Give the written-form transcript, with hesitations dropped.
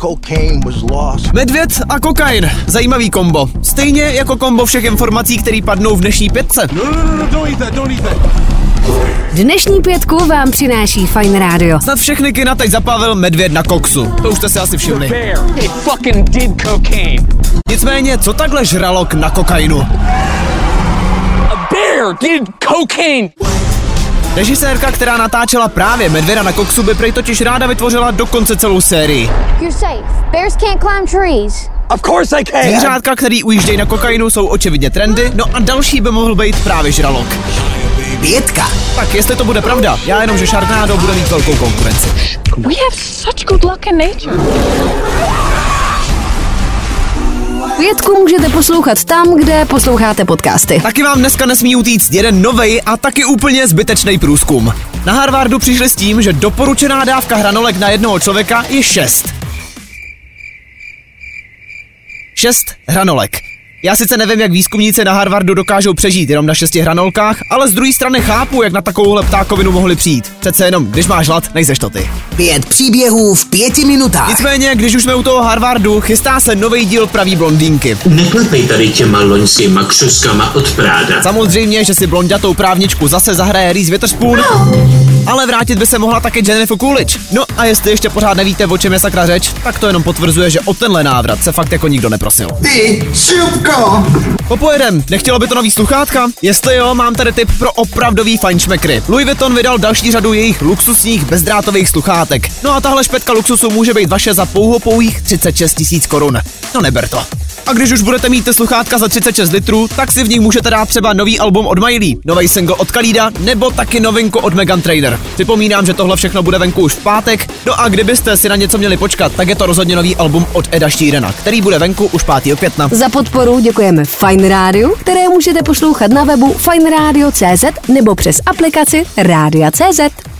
Medvěd a kokain. Zajímavý kombo. Stejně jako kombo všech informací, které padnou v dnešní pětce. Dnešní pětku vám přináší Fajn rádio. Snad všechny kina teď zaplavil medvěd na koksu. To už jste si asi všimli. Nicméně, co takhle žralok na kokainu? Režisérka, která natáčela právě Medvěda na koksu, by prej totiž ráda vytvořila dokonce celou sérii. Zvířátka, který ujíždějí na kokainu, jsou očividně trendy, no a další by mohl být právě žralok. Pětka. Tak jestli to bude pravda, já jenom, že Sharknado bude mít velkou konkurenci. We have such good luck in nature. Pětku můžete poslouchat tam, kde posloucháte podcasty. Taky vám dneska nesmí utíct jeden novej a taky úplně zbytečný průzkum. Na Harvardu přišli s tím, že doporučená dávka hranolek na jednoho člověka je 6. 6 hranolek. Já sice nevím, jak výzkumníci na Harvardu dokážou přežít jenom na 6 hranolkách, ale z druhé strany chápu, jak na takovouhle ptákovinu mohli přijít. Přece jenom, když máš hlad, nejseš to ty. 5 příběhů v 5 minutách. Nicméně, když už jsme u toho Harvardu, chystá se nový díl Pravý blondýnky. Neklepej tady těma loňskýma křoskama od Práda. Samozřejmě, že si blonďatou právničku zase zahraje Reese Witherspoon, ale vrátit by se mohla taky Jennifer Coolidge. No a jestli ještě pořád nevíte, o čem je sakra řeč, tak to jenom potvrzuje, že o tenhle návrat se fakt jako nikdo neprosil. Ty šupko! Popojedem, nechtělo by to nový sluchátka? Jestli jo, mám tady tip pro opravdový fajnšmekry. Louis Vuitton vydal další řadu jejich luxusních bezdrátových sluchátek. No a tahle špetka luxusu může být vaše za pouhých 36 000 korun. No neber to. A když už budete mít ty sluchátka za 36 litrů, tak si v nich můžete dát třeba nový album od Miley, nový single od Khalida, nebo taky novinku od Meghan Trainor. Připomínám, že tohle všechno bude venku už v pátek, no a kdybyste si na něco měli počkat, tak je to rozhodně nový album od Eda Sheerana, který bude venku už 5. května. Za podporu děkujeme Fajn rádiu, které můžete poslouchat na webu fajnradio.cz nebo přes aplikaci Rádia.cz.